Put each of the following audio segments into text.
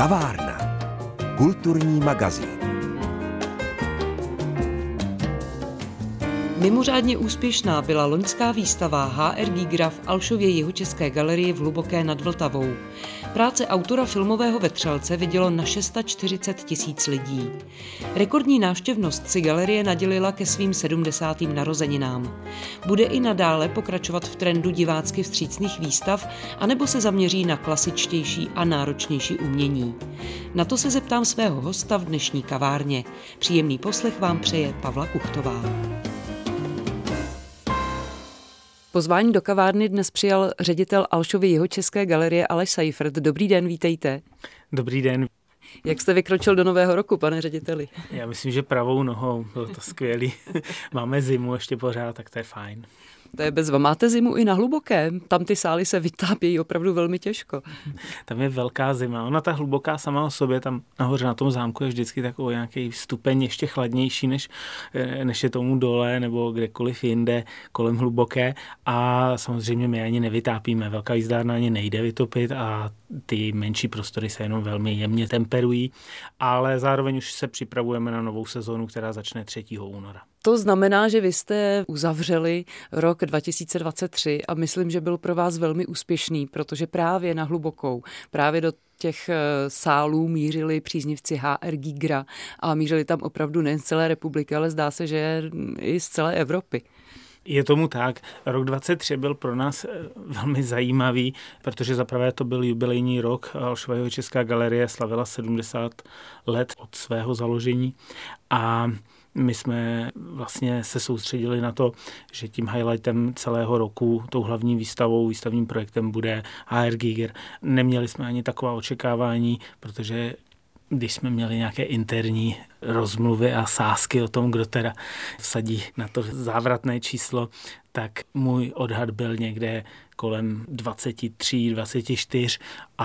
Kavárna. Kulturní magazín. Mimořádně úspěšná byla loňská výstava HR Gigra v Alšově Jihočeské galerii v Hluboké nad Vltavou. Práce autora filmového Vetřelce vidělo na 640 000 lidí. Rekordní návštěvnost si galerie nadělila ke svým 70. narozeninám. Bude i nadále pokračovat v trendu divácky vstřícných výstav, anebo se zaměří na klasičtější a náročnější umění. Na to se zeptám svého hosta v dnešní kavárně. Příjemný poslech vám přeje Pavla Kuchtová. Pozvání do kavárny dnes přijal ředitel Alšovy Jihočeské galerie Aleš Seifert. Dobrý den, vítejte. Dobrý den. Jak jste vykročil do nového roku, pane řediteli? Já myslím, že pravou nohou, bylo to skvělý. Máme zimu ještě pořád, tak to je fajn. To je bezva. Máte zimu i na Hluboké? Tam ty sály se vytápějí opravdu velmi těžko. Tam je velká zima. Ona ta Hluboká sama o sobě, tam nahoře na tom zámku je vždycky takový nějaký stupeň ještě chladnější, než je tomu dole nebo kdekoliv jinde kolem Hluboké. A samozřejmě my ani nevytápíme. Velká jízdárna ani nejde vytopit a ty menší prostory se jenom velmi jemně temperují. Ale zároveň už se připravujeme na novou sezónu, která začne 3. února. To znamená, že vy jste uzavřeli rok 2023 a myslím, že byl pro vás velmi úspěšný, protože právě na Hlubokou, právě do těch sálů mířili příznivci HR Gigra a mířili tam opravdu nejen z celé republiky, ale zdá se, že i z celé Evropy. Je tomu tak. Rok 2023 byl pro nás velmi zajímavý, protože zaprvé to byl jubilejní rok. Alšova Jihočeská galerie slavila 70 let od svého založení a my jsme vlastně se soustředili na to, že tím highlightem celého roku, tou hlavní výstavou, výstavním projektem bude HR Giger. Neměli jsme ani taková očekávání, protože když jsme měli nějaké interní rozmluvy a sázky o tom, kdo teda vsadí na to závratné číslo, tak můj odhad byl někde kolem 23, 24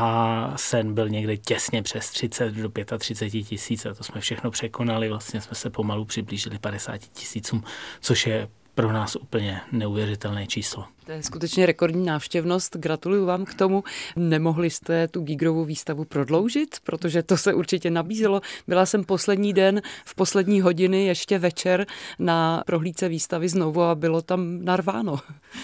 a sen byl někde těsně přes 30 do 35 tisíc a to jsme všechno překonali. Vlastně jsme se pomalu přiblížili 50 tisícům, což je pro nás úplně neuvěřitelné číslo. To je skutečně rekordní návštěvnost. Gratuluju vám k tomu. Nemohli jste tu Gigerovu výstavu prodloužit, protože to se určitě nabízelo. Byla jsem poslední den v poslední hodiny ještě večer na prohlídce výstavy znovu a bylo tam narváno.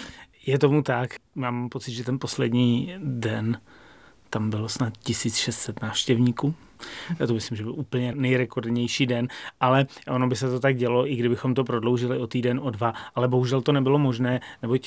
Je tomu tak. Mám pocit, že ten poslední den tam bylo snad 1600 návštěvníků. Já to myslím, že byl úplně nejrekordnější den, ale ono by se to tak dělo, i kdybychom to prodloužili o týden, o 2, ale bohužel to nebylo možné, neboť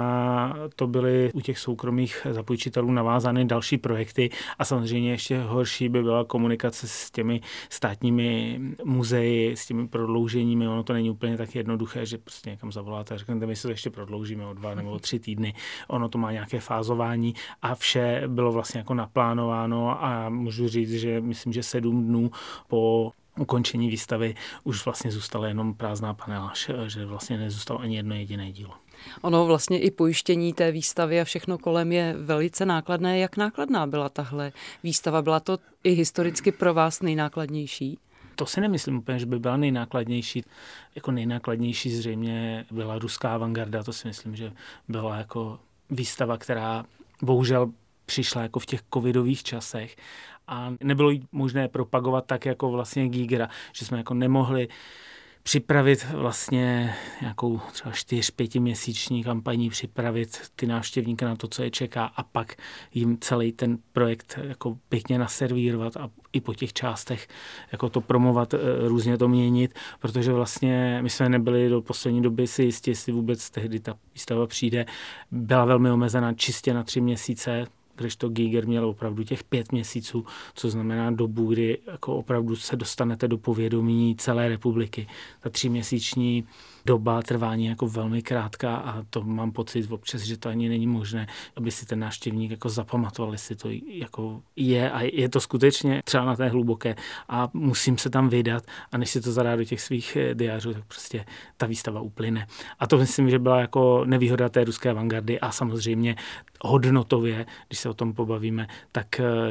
na to byly u těch soukromých zapůjčitelů navázány další projekty a samozřejmě ještě horší by byla komunikace s těmi státními muzeji, s těmi prodlouženími. Ono to není úplně tak jednoduché, že prostě někam zavoláte a řeknete, my se to ještě prodloužíme o 2 nebo o 3 týdny. Ono to má nějaké fázování a vše bylo vlastně jako naplánováno a můžu říct, že myslím, že 7 dnů po ukončení výstavy už vlastně zůstala jenom prázdná paneláž, že vlastně nezůstalo ani jedno jediné dílo. Ono vlastně i pojištění té výstavy a všechno kolem je velice nákladné. Jak nákladná byla tahle výstava? Byla to i historicky pro vás nejnákladnější? To si nemyslím úplně, že by byla nejnákladnější. Jako nejnákladnější zřejmě byla ruská avantgarda. To si myslím, že byla jako výstava, která bohužel přišla jako v těch covidových časech a nebylo jí možné propagovat tak jako vlastně Gigera, že jsme jako nemohli připravit vlastně nějakou třeba 4-5 měsíční kampaní, připravit ty návštěvníky na to, co je čeká a pak jim celý ten projekt jako pěkně naservírovat a i po těch částech jako to promovat, různě to měnit, protože vlastně my jsme nebyli do poslední doby si jistí, jestli vůbec tehdy ta výstava přijde. Byla velmi omezená čistě na 3 měsíce, kdežto Giger měl opravdu těch 5 měsíců, co znamená dobu, kdy jako opravdu se dostanete do povědomí celé republiky. Ta 3měsíční doba trvání jako velmi krátká a to mám pocit občas, že to ani není možné, aby si ten návštěvník jako zapamatoval, jestli to jako je a je to skutečně třeba na té Hluboké a musím se tam vydat a než si to zadá do těch svých diářů, tak prostě ta výstava uplyne. A to myslím, že byla jako nevýhoda té ruské avantgardy a samozřejmě hodnotově, když se o tom pobavíme, tak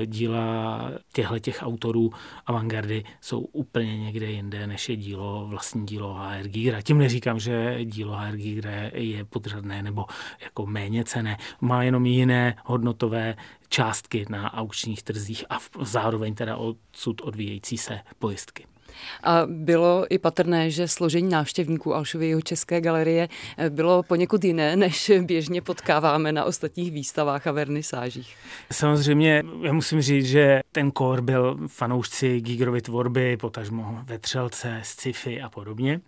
díla těch autorů avantgardy jsou úplně někde jinde, než je vlastní dílo HR Gigera. Tím neříkám, neříkám, že dílo HR Gigra je podřadné nebo jako méně cenné. Má jenom jiné hodnotové částky na aukčních trzích a zároveň teda odsud odvíjející se pojistky. A bylo i patrné, že složení návštěvníků Alšovy jihočeské galerie bylo poněkud jiné, než běžně potkáváme na ostatních výstavách a vernisážích. Samozřejmě, já musím říct, že ten kór byl fanoušci Gigerovy tvorby, potažmo Vetřelce, sci-fi a podobně,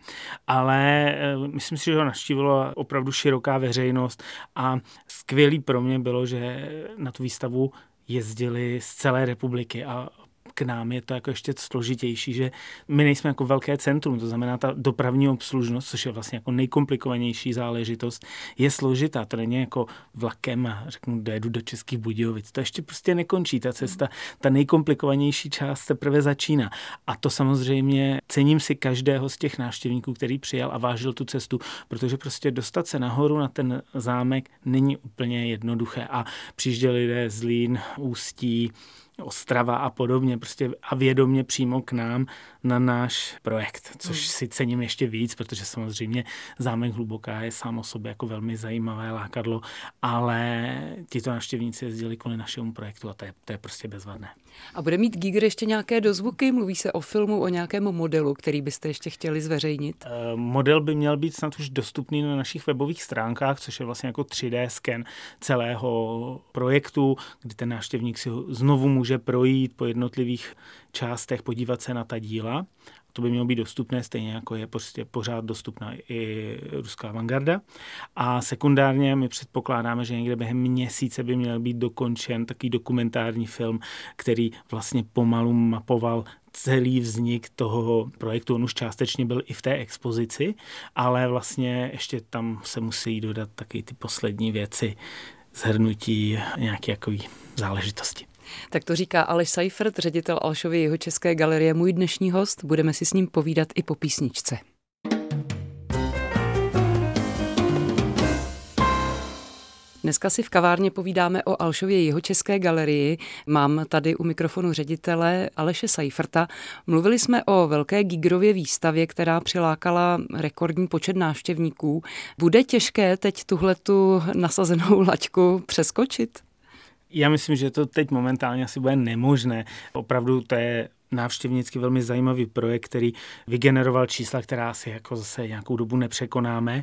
ale myslím si, že ho navštívila opravdu široká veřejnost a skvělý pro mě bylo, že na tu výstavu jezdili z celé republiky a k nám je to jako ještě složitější, že my nejsme jako velké centrum, to znamená ta dopravní obslužnost, což je vlastně jako nejkomplikovanější záležitost, je složitá. To není jako vlakem a řeknu, dojedu do Českých Budějovic. To ještě prostě nekončí. Ta cesta, ta nejkomplikovanější část teprve začíná. A to samozřejmě cením si každého z těch návštěvníků, který přijal a vážil tu cestu, protože prostě dostat se nahoru na ten zámek není úplně jednoduché. A přijížděli lidé z Zlín, Ústí, Ostrava a podobně, prostě a vědomě přímo k nám na náš projekt, což si cením ještě víc, protože samozřejmě zámek Hluboká je sám o sobě jako velmi zajímavé lákadlo, ale tito návštěvníci jezdili kvůli našemu projektu a to je prostě bezvadné. A bude mít Giger ještě nějaké dozvuky? Mluví se o filmu, o nějakém modelu, který byste ještě chtěli zveřejnit? Model by měl být snad už dostupný na našich webových stránkách, což je vlastně jako 3D sken celého projektu, kdy ten návštěvník si ho znovu může projít po jednotlivých částech, podívat se na ta díla. To by mělo být dostupné, stejně jako je prostě pořád dostupná i ruská avantgarda. A sekundárně my předpokládáme, že někde během měsíce by měl být dokončen takový dokumentární film, který vlastně pomalu mapoval celý vznik toho projektu. On už částečně byl i v té expozici, ale vlastně ještě tam se musí dodat taky ty poslední věci, shrnutí nějaké jakové záležitosti. Tak to říká Aleš Seifert, ředitel Alšovy jihočeské galerie, můj dnešní host. Budeme si s ním povídat i po písničce. Dneska si v kavárně povídáme o Alšově jihočeské galerii. Mám tady u mikrofonu ředitele Aleše Seiferta. Mluvili jsme o velké Gigerově výstavě, která přilákala rekordní počet návštěvníků. Bude těžké teď tuhletu nasazenou laťku přeskočit? Já myslím, že to teď momentálně asi bude nemožné. Opravdu to je návštěvnicky velmi zajímavý projekt, který vygeneroval čísla, která si jako zase nějakou dobu nepřekonáme,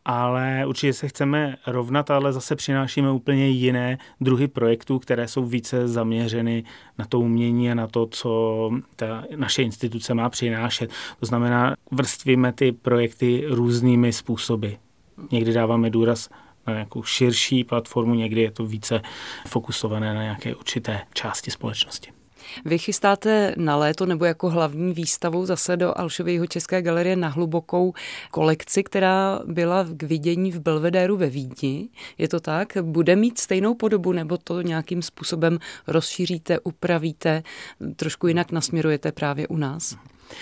ale určitě se chceme rovnat, ale zase přinášíme úplně jiné druhy projektů, které jsou více zaměřeny na to umění a na to, co ta naše instituce má přinášet. To znamená, vrstvíme ty projekty různými způsoby. Někdy dáváme důraz na nějakou širší platformu, někdy je to více fokusované na nějaké určité části společnosti. Vy chystáte na léto nebo jako hlavní výstavu zase do Alšovy jihočeské galerie na Hlubokou kolekci, která byla k vidění v Belvedéru ve Vídni. Je to tak? Bude mít stejnou podobu nebo to nějakým způsobem rozšíříte, upravíte, trošku jinak nasměrujete právě u nás?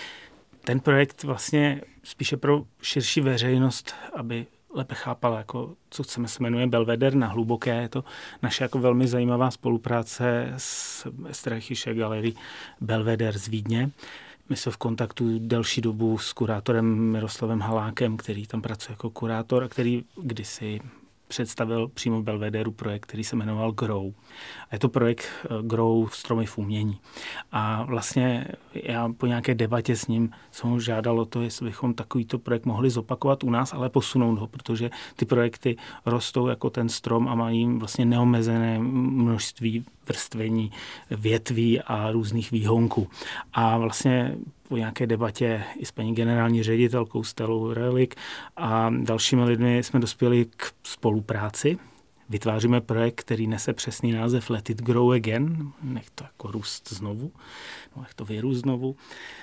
Ten projekt vlastně spíše pro širší veřejnost, aby lépe chápala, jako, co chceme, se jmenuje Belveder na Hluboké. Je to naše jako velmi zajímavá spolupráce s Esterreichische Galerie Belveder z Vídně. My jsme v kontaktu delší dobu s kurátorem Miroslavem Halákem, který tam pracuje jako kurátor a který kdysi představil přímo v Belvederu projekt, který se jmenoval Grow. A je to projekt Grow stromy v umění. A vlastně já po nějaké debatě s ním jsem ho žádal o to, jestli bychom takovýto projekt mohli zopakovat u nás, ale posunout ho, protože ty projekty rostou jako ten strom a mají vlastně neomezené množství vrstvení větví a různých výhonků. A vlastně po nějaké debatě i s paní generální ředitelkou Stelou Relik a dalšími lidmi jsme dospěli k spolupráci. Vytváříme projekt, který nese přesný název Let it grow again, nech to jako růst znovu, nech to vyrůst znovu.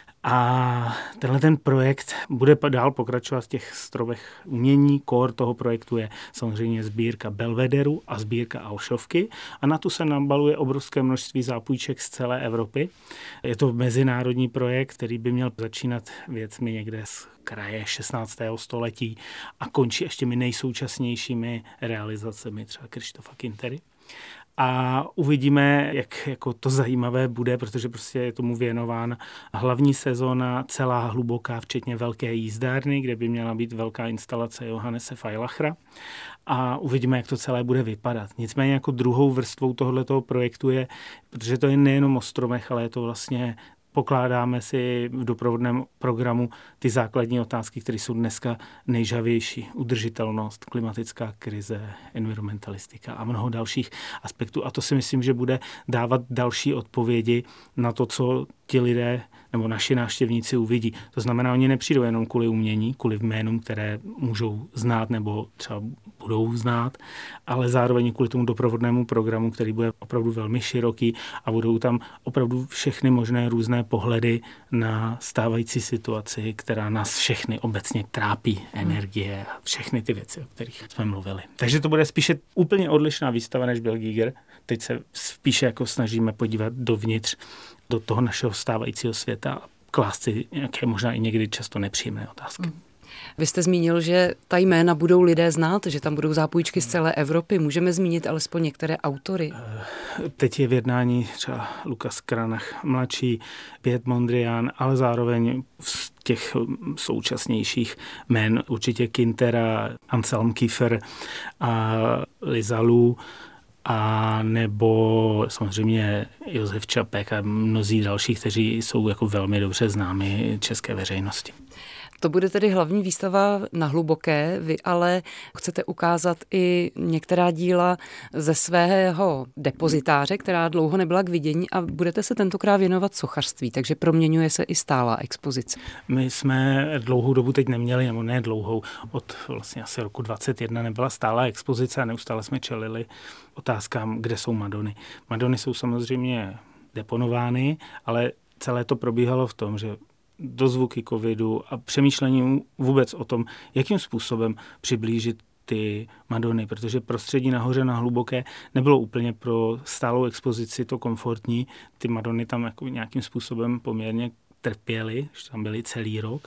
A tenhle ten projekt bude dál pokračovat v těch stromech umění. Core toho projektu je samozřejmě sbírka Belvederu a sbírka Alšovky a na tu se nabaluje obrovské množství zápůjček z celé Evropy. Je to mezinárodní projekt, který by měl začínat věcmi někde z kraje 16. století a končí ještě nejsoučasnějšími realizacemi třeba Krištofa Kintery. A uvidíme, jak jako to zajímavé bude, protože prostě je tomu věnován hlavní sezóna, celá hluboká, včetně velké jízdárny, kde by měla být velká instalace Johannese Failachera. A uvidíme, jak to celé bude vypadat. Nicméně jako druhou vrstvou tohoto projektu je, protože to je nejenom o stromech, ale je to vlastně pokládáme si v doprovodném programu ty základní otázky, které jsou dneska nejžavější. Udržitelnost, klimatická krize, environmentalistika a mnoho dalších aspektů. A to si myslím, že bude dávat další odpovědi na to, co ti lidé nebo naši návštěvníci uvidí. To znamená, oni nepřijdou jenom kvůli umění, kvůli jménům, které můžou znát nebo třeba budou znát, ale zároveň kvůli tomu doprovodnému programu, který bude opravdu velmi široký a budou tam opravdu všechny možné různé pohledy na stávající situaci, která nás všechny obecně trápí, energie a všechny ty věci, o kterých jsme mluvili. Takže to bude spíše úplně odlišná výstava než byl Giger. Teď se spíše jako snažíme podívat dovnitř do toho našeho stávajícího světa a klást si nějaké možná i někdy často nepříjemné otázky. Vy jste zmínil, že ta jména budou lidé znát, že tam budou zápůjčky z celé Evropy. Můžeme zmínit alespoň některé autory? Teď je v jednání třeba Lukas Cranach mladší, Piet Mondrian, ale zároveň z těch současnějších jmén určitě Quintera, Anselm Kiefer a Liza Lu, a nebo samozřejmě Josef Čapek a mnozí další, kteří jsou jako velmi dobře známi české veřejnosti. To bude tedy hlavní výstava na Hluboké, vy ale chcete ukázat i některá díla ze svého depozitáře, která dlouho nebyla k vidění a budete se tentokrát věnovat sochařství, takže proměňuje se i stálá expozice. My jsme dlouhou dobu teď neměli, nebo ne dlouhou, od vlastně asi roku 2021 nebyla stálá expozice a neustále jsme čelili otázkám, kde jsou Madony. Madony jsou samozřejmě deponovány, ale celé to probíhalo v tom, že dozvuky covidu a přemýšlení vůbec o tom, jakým způsobem přiblížit ty Madony, protože prostředí nahoře na Hluboké nebylo úplně pro stálou expozici to komfortní. Ty Madony tam jako nějakým způsobem poměrně trpěly, že tam byly celý rok.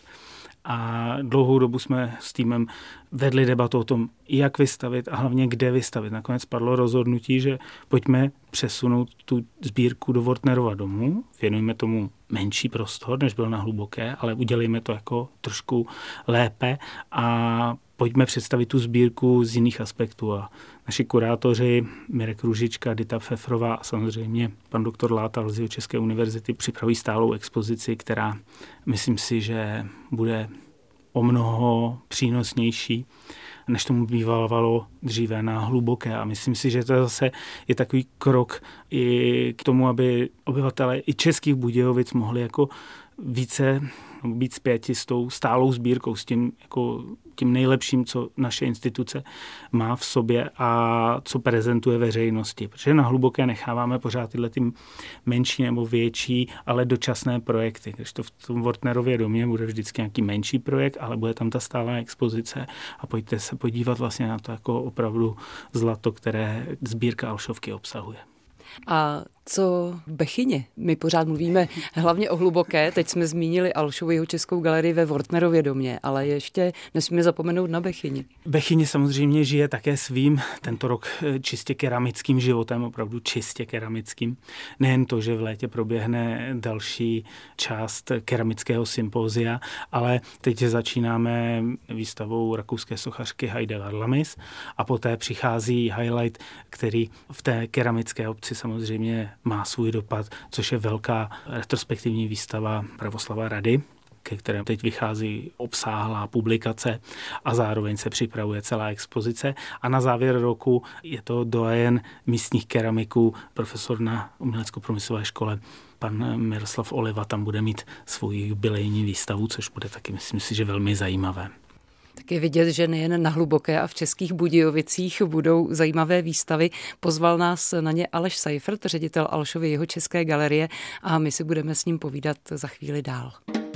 A dlouhou dobu jsme s týmem vedli debatu o tom, jak vystavit a hlavně kde vystavit. Nakonec padlo rozhodnutí, že pojďme přesunout tu sbírku do Wortnerova domu, věnujeme tomu menší prostor, než byl na Hluboké, ale udělejme to jako trošku lépe a pojďme představit tu sbírku z jiných aspektů. A naši kurátoři Mirek Růžička, Dita Pfeffrová a samozřejmě pan doktor Látal z Jihočeské univerzity připraví stálou expozici, která myslím si, že bude o mnoho přínosnější, než tomu bývalo dříve na Hluboké. A myslím si, že to zase je takový krok i k tomu, aby obyvatelé i českých Budějovic mohli jako více být zpěti s tou stálou sbírkou, s tím, jako tím nejlepším, co naše instituce má v sobě a co prezentuje veřejnosti. Protože na Hluboké necháváme pořád tyhle ty menší nebo větší, ale dočasné projekty. Když to v tom Wortnerově domě bude vždycky nějaký menší projekt, ale bude tam ta stálá expozice a pojďte se podívat vlastně na to jako opravdu zlato, které sbírka Alšovky obsahuje. A co Bechyně? My pořád mluvíme hlavně o Hluboké, teď jsme zmínili Alšovu Jihočeskou galerii ve Wortnerově domě, ale ještě nesmíme zapomenout na Bechyni. Bechyně samozřejmě žije také svým tento rok čistě keramickým životem, opravdu čistě keramickým. Nejen to, že v létě proběhne další část keramického sympózia, ale teď začínáme výstavou rakouské sochařky Heide Varlamis a poté přichází highlight, který v té keramické obci samozřejmě má svůj dopad, což je velká retrospektivní výstava Pravoslava Rady, ke které teď vychází obsáhlá publikace a zároveň se připravuje celá expozice. A na závěr roku je to doyen místních keramiků, profesor na umělecko-průmyslové škole, pan Miroslav Oliva, tam bude mít svou jubilejní výstavu, což bude taky, myslím si, že velmi zajímavé. Tak je vidět, že nejen na Hluboké a v Českých Budějovicích budou zajímavé výstavy. Pozval nás na ně Aleš Seifert, ředitel Alšovy Jihočeské galerie, a my si budeme s ním povídat za chvíli dál.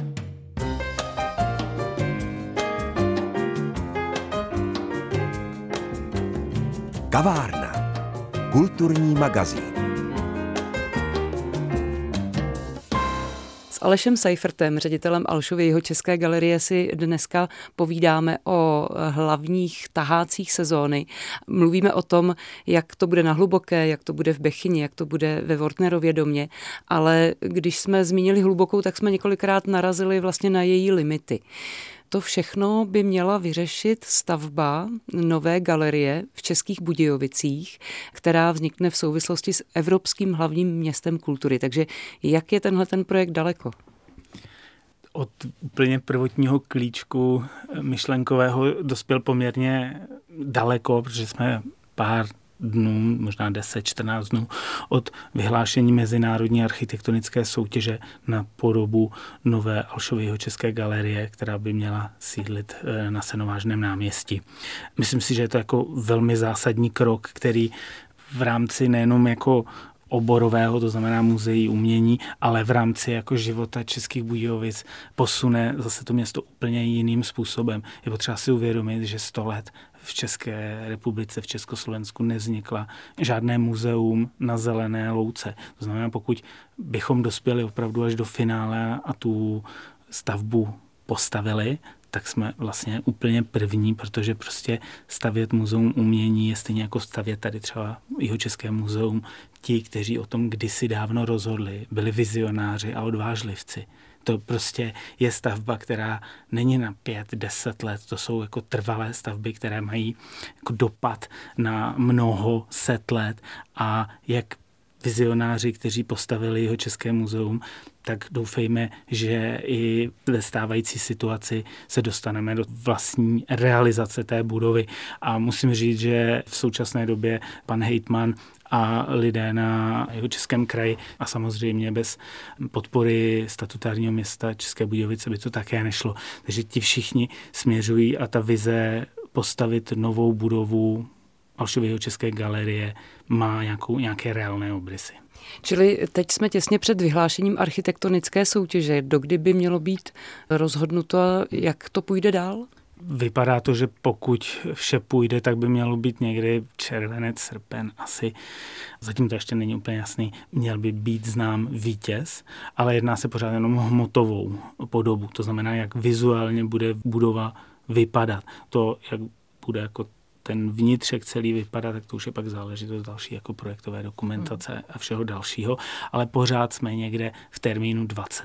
Kavárna. Kulturní magazín. S Alešem Seifertem, ředitelem Alšovy jihočeské galerie, si dneska povídáme o hlavních tahácích sezóny. Mluvíme o tom, jak to bude na Hluboké, jak to bude v Bechyni, jak to bude ve Wortnerově domě, ale když jsme zmínili Hlubokou, tak jsme několikrát narazili vlastně na její limity. To všechno by měla vyřešit stavba nové galerie v Českých Budějovicích, která vznikne v souvislosti s Evropským hlavním městem kultury. Takže jak je tenhle ten projekt daleko? Od úplně prvotního klíčku myšlenkového dospěl poměrně daleko, protože jsme pár dnů, možná 10-14 dnů od vyhlášení mezinárodní architektonické soutěže na podobu nové Alšovy jihočeské galerie, která by měla sídlit na Senovážném náměstí. Myslím si, že je to jako velmi zásadní krok, který v rámci nejenom jako oborového, to znamená muzeí umění, ale v rámci jako života Českých Budějovic posune zase to město úplně jiným způsobem. Je potřeba si uvědomit, že 100 let v České republice, v Československu nevznikla žádné muzeum na zelené louce. To znamená, pokud bychom dospěli opravdu až do finále a tu stavbu postavili, tak jsme vlastně úplně první, protože prostě stavět muzeum umění je stejně jako stavět tady třeba Jihočeské muzeum. Ti, kteří o tom kdysi dávno rozhodli, byli vizionáři a odvážlivci. To prostě je stavba, která není na 5-10 let, to jsou jako trvalé stavby, které mají jako dopad na mnoho set let a jak vizionáři, kteří postavili Jihočeské muzeum, tak doufejme, že i ve stávající situaci se dostaneme do vlastní realizace té budovy. A musím říct, že v současné době pan hejtman a lidé na Jihočeském kraji a samozřejmě bez podpory statutárního města České Budějovice by to také nešlo. Takže ti všichni směřují a ta vize postavit novou budovu Alšovy jihočeské galerie má nějaké reálné obrysy. Čili teď jsme těsně před vyhlášením architektonické soutěže. Dokdy by mělo být rozhodnuto, jak to půjde dál? Vypadá to, že pokud vše půjde, tak by mělo být někdy červenec, srpen asi. Zatím to ještě není úplně jasný. Měl by být znám vítěz, ale jedná se pořád jenom o hmotovou podobu. To znamená, jak vizuálně bude budova vypadat. To, jak bude jako ten vnitřek celý vypadá, tak to už je pak záležitost další jako projektové dokumentace a všeho dalšího, ale pořád jsme někde v termínu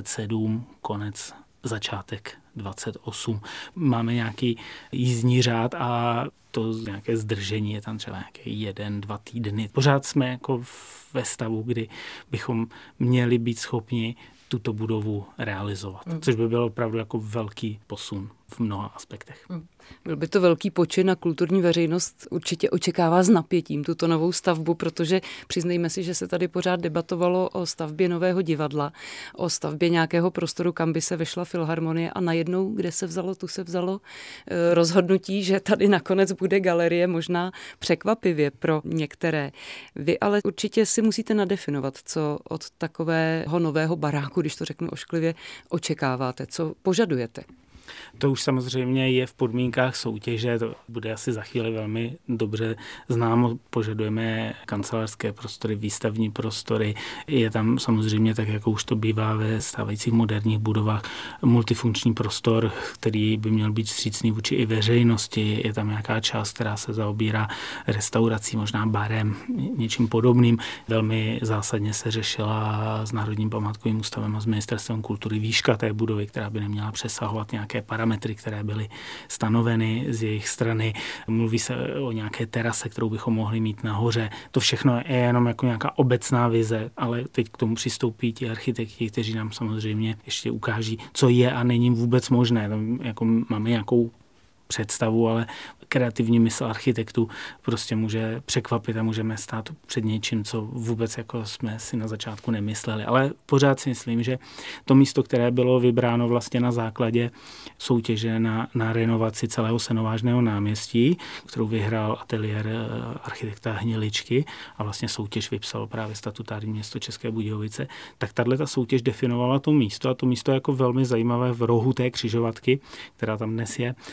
27, konec, začátek 28. Máme nějaký jízdní řád a to nějaké zdržení je tam třeba nějaké 1-2 týdny. Pořád jsme jako ve stavu, kdy bychom měli být schopni tuto budovu realizovat, což by bylo opravdu jako velký posun v mnoha aspektech. Byl by to velký počin a kulturní veřejnost určitě očekává s napětím tuto novou stavbu, protože přiznejme si, že se tady pořád debatovalo o stavbě nového divadla, o stavbě nějakého prostoru, kam by se vešla filharmonie a najednou, kde se vzalo, tu se vzalo rozhodnutí, že tady nakonec bude galerie, možná překvapivě pro některé. Vy ale určitě si musíte nadefinovat, co od takového nového baráku, když to řeknu ošklivě, očekáváte, co požadujete. To už samozřejmě je v podmínkách soutěže, to bude asi za chvíli velmi dobře známo. Požadujeme kancelářské prostory, výstavní prostory. Je tam samozřejmě, tak jako už to bývá ve stávajících moderních budovách, multifunkční prostor, který by měl být vstřícný vůči i veřejnosti. Je tam nějaká část, která se zaobírá restaurací, možná barem, něčím podobným. Velmi zásadně se řešila s Národním památkovým ústavem a s Ministerstvem kultury výška té budovy, která by neměla přesahovat nějaké parametry, které byly stanoveny z jejich strany. Mluví se o nějaké terase, kterou bychom mohli mít nahoře. To všechno je jenom jako nějaká obecná vize, ale teď k tomu přistoupí ti architekti, kteří nám samozřejmě ještě ukáží, co je a není vůbec možné. Tam jako máme nějakou představu, ale kreativní mysl architektů prostě může překvapit a můžeme stát před něčím, co vůbec jako jsme si na začátku nemysleli. Ale pořád si myslím, že to místo, které bylo vybráno vlastně na základě soutěže na renovaci celého Senovážného náměstí, kterou vyhrál ateliér architekta Hniličky a vlastně soutěž vypsalo právě statutární město České Budějovice, tak tato soutěž definovala to místo a to místo je jako velmi zajímavé v rohu té křižovatky, která tam dnes je a vlastně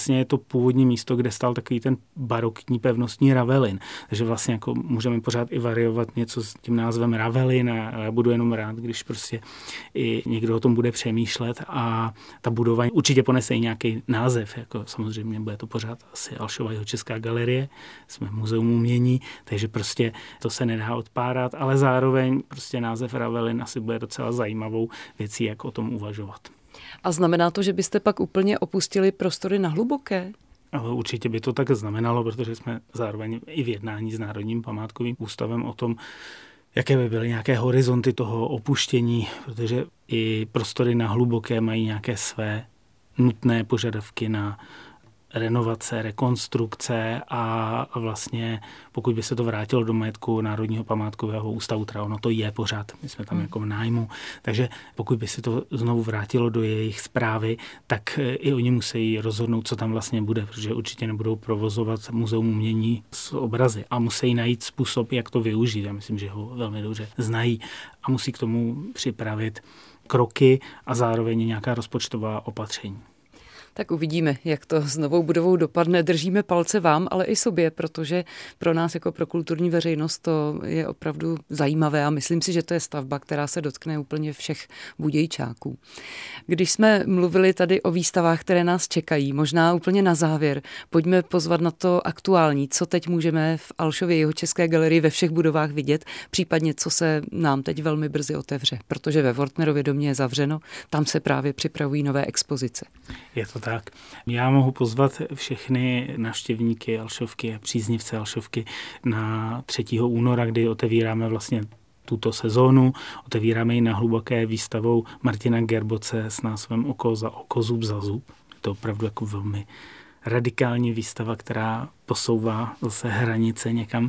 vlastně je to původní místo, kde stál takový ten barokní pevnostní Ravelin. Takže vlastně jako můžeme pořád i variovat něco s tím názvem Ravelin a já budu jenom rád, když prostě i někdo o tom bude přemýšlet a ta budova určitě ponese i nějaký název, jako samozřejmě bude to pořád asi Alšova Jihočeská galerie, jsme muzeum umění, takže prostě to se nedá odpárat, ale zároveň prostě název Ravelin asi bude docela zajímavou věcí, jak o tom uvažovat. A znamená to, že byste pak úplně opustili prostory na Hluboké? Určitě by to tak znamenalo, protože jsme zároveň i v jednání s Národním památkovým ústavem o tom, jaké by byly nějaké horizonty toho opuštění, protože i prostory na Hluboké mají nějaké své nutné požadavky na renovace, rekonstrukce a vlastně pokud by se to vrátilo do majetku Národního památkového ústavu, teda ono to je pořád, my jsme tam jako v nájmu, takže pokud by se to znovu vrátilo do jejich správy, tak i oni musí rozhodnout, co tam vlastně bude, protože určitě nebudou provozovat muzeum umění s obrazy a musí najít způsob, jak to využít. Já myslím, že ho velmi dobře znají a musí k tomu připravit kroky a zároveň nějaká rozpočtová opatření. Tak uvidíme, jak to s novou budovou dopadne. Držíme palce vám, ale i sobě, protože pro nás jako pro kulturní veřejnost to je opravdu zajímavé a myslím si, že to je stavba, která se dotkne úplně všech Budějčáků. Když jsme mluvili tady o výstavách, které nás čekají, možná úplně na závěr, pojďme pozvat na to aktuální, co teď můžeme v Alšově Jihočeské galerii ve všech budovách vidět, případně co se nám teď velmi brzy otevře, protože ve Wortnerově domě je zavřeno, tam se právě připravují nové expozice. Je to tak. Já mohu pozvat všechny navštěvníky Alšovky a příznivce Alšovky na 3. února, kdy otevíráme vlastně tuto sezónu. Otevíráme ji na Hluboké výstavou Martina Gerboce s názvem Oko za oko, zub za zub. Je to opravdu jako velmi radikální výstava, která posouvá zase hranice někam,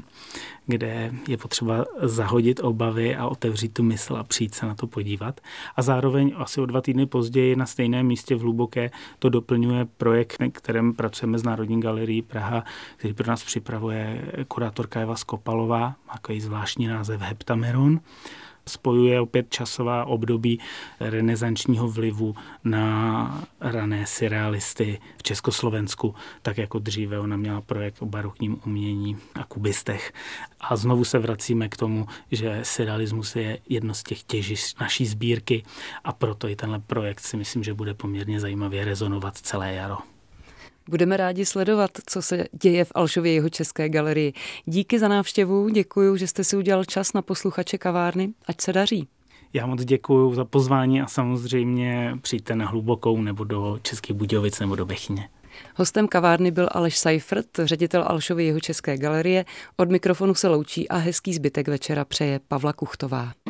kde je potřeba zahodit obavy a otevřít tu mysl a přijít se na to podívat. A zároveň asi o 2 týdny později na stejném místě v Hluboké to doplňuje projekt, na kterém pracujeme s Národní galerií Praha, který pro nás připravuje kurátorka Eva Skopalová, má takový zvláštní název Heptameron. Spojuje opět časová období renesančního vlivu na rané surrealisty v Československu, tak jako dříve ona měla projekt o barokním umění a kubistech. A znovu se vracíme k tomu, že surrealismus je jedno z těch těžišť naší sbírky a proto i tenhle projekt si myslím, že bude poměrně zajímavě rezonovat celé jaro. Budeme rádi sledovat, co se děje v Alšově Jihočeské galerii. Díky za návštěvu, děkuji, že jste si udělal čas na posluchače kavárny. Ať se daří. Já moc děkuji za pozvání a samozřejmě přijďte na Hlubokou nebo do Českých Budějovic nebo do Bechyně. Hostem kavárny byl Aleš Seifert, ředitel Alšovy Jihočeské galerie. Od mikrofonu se loučí a hezký zbytek večera přeje Pavla Kuchtová.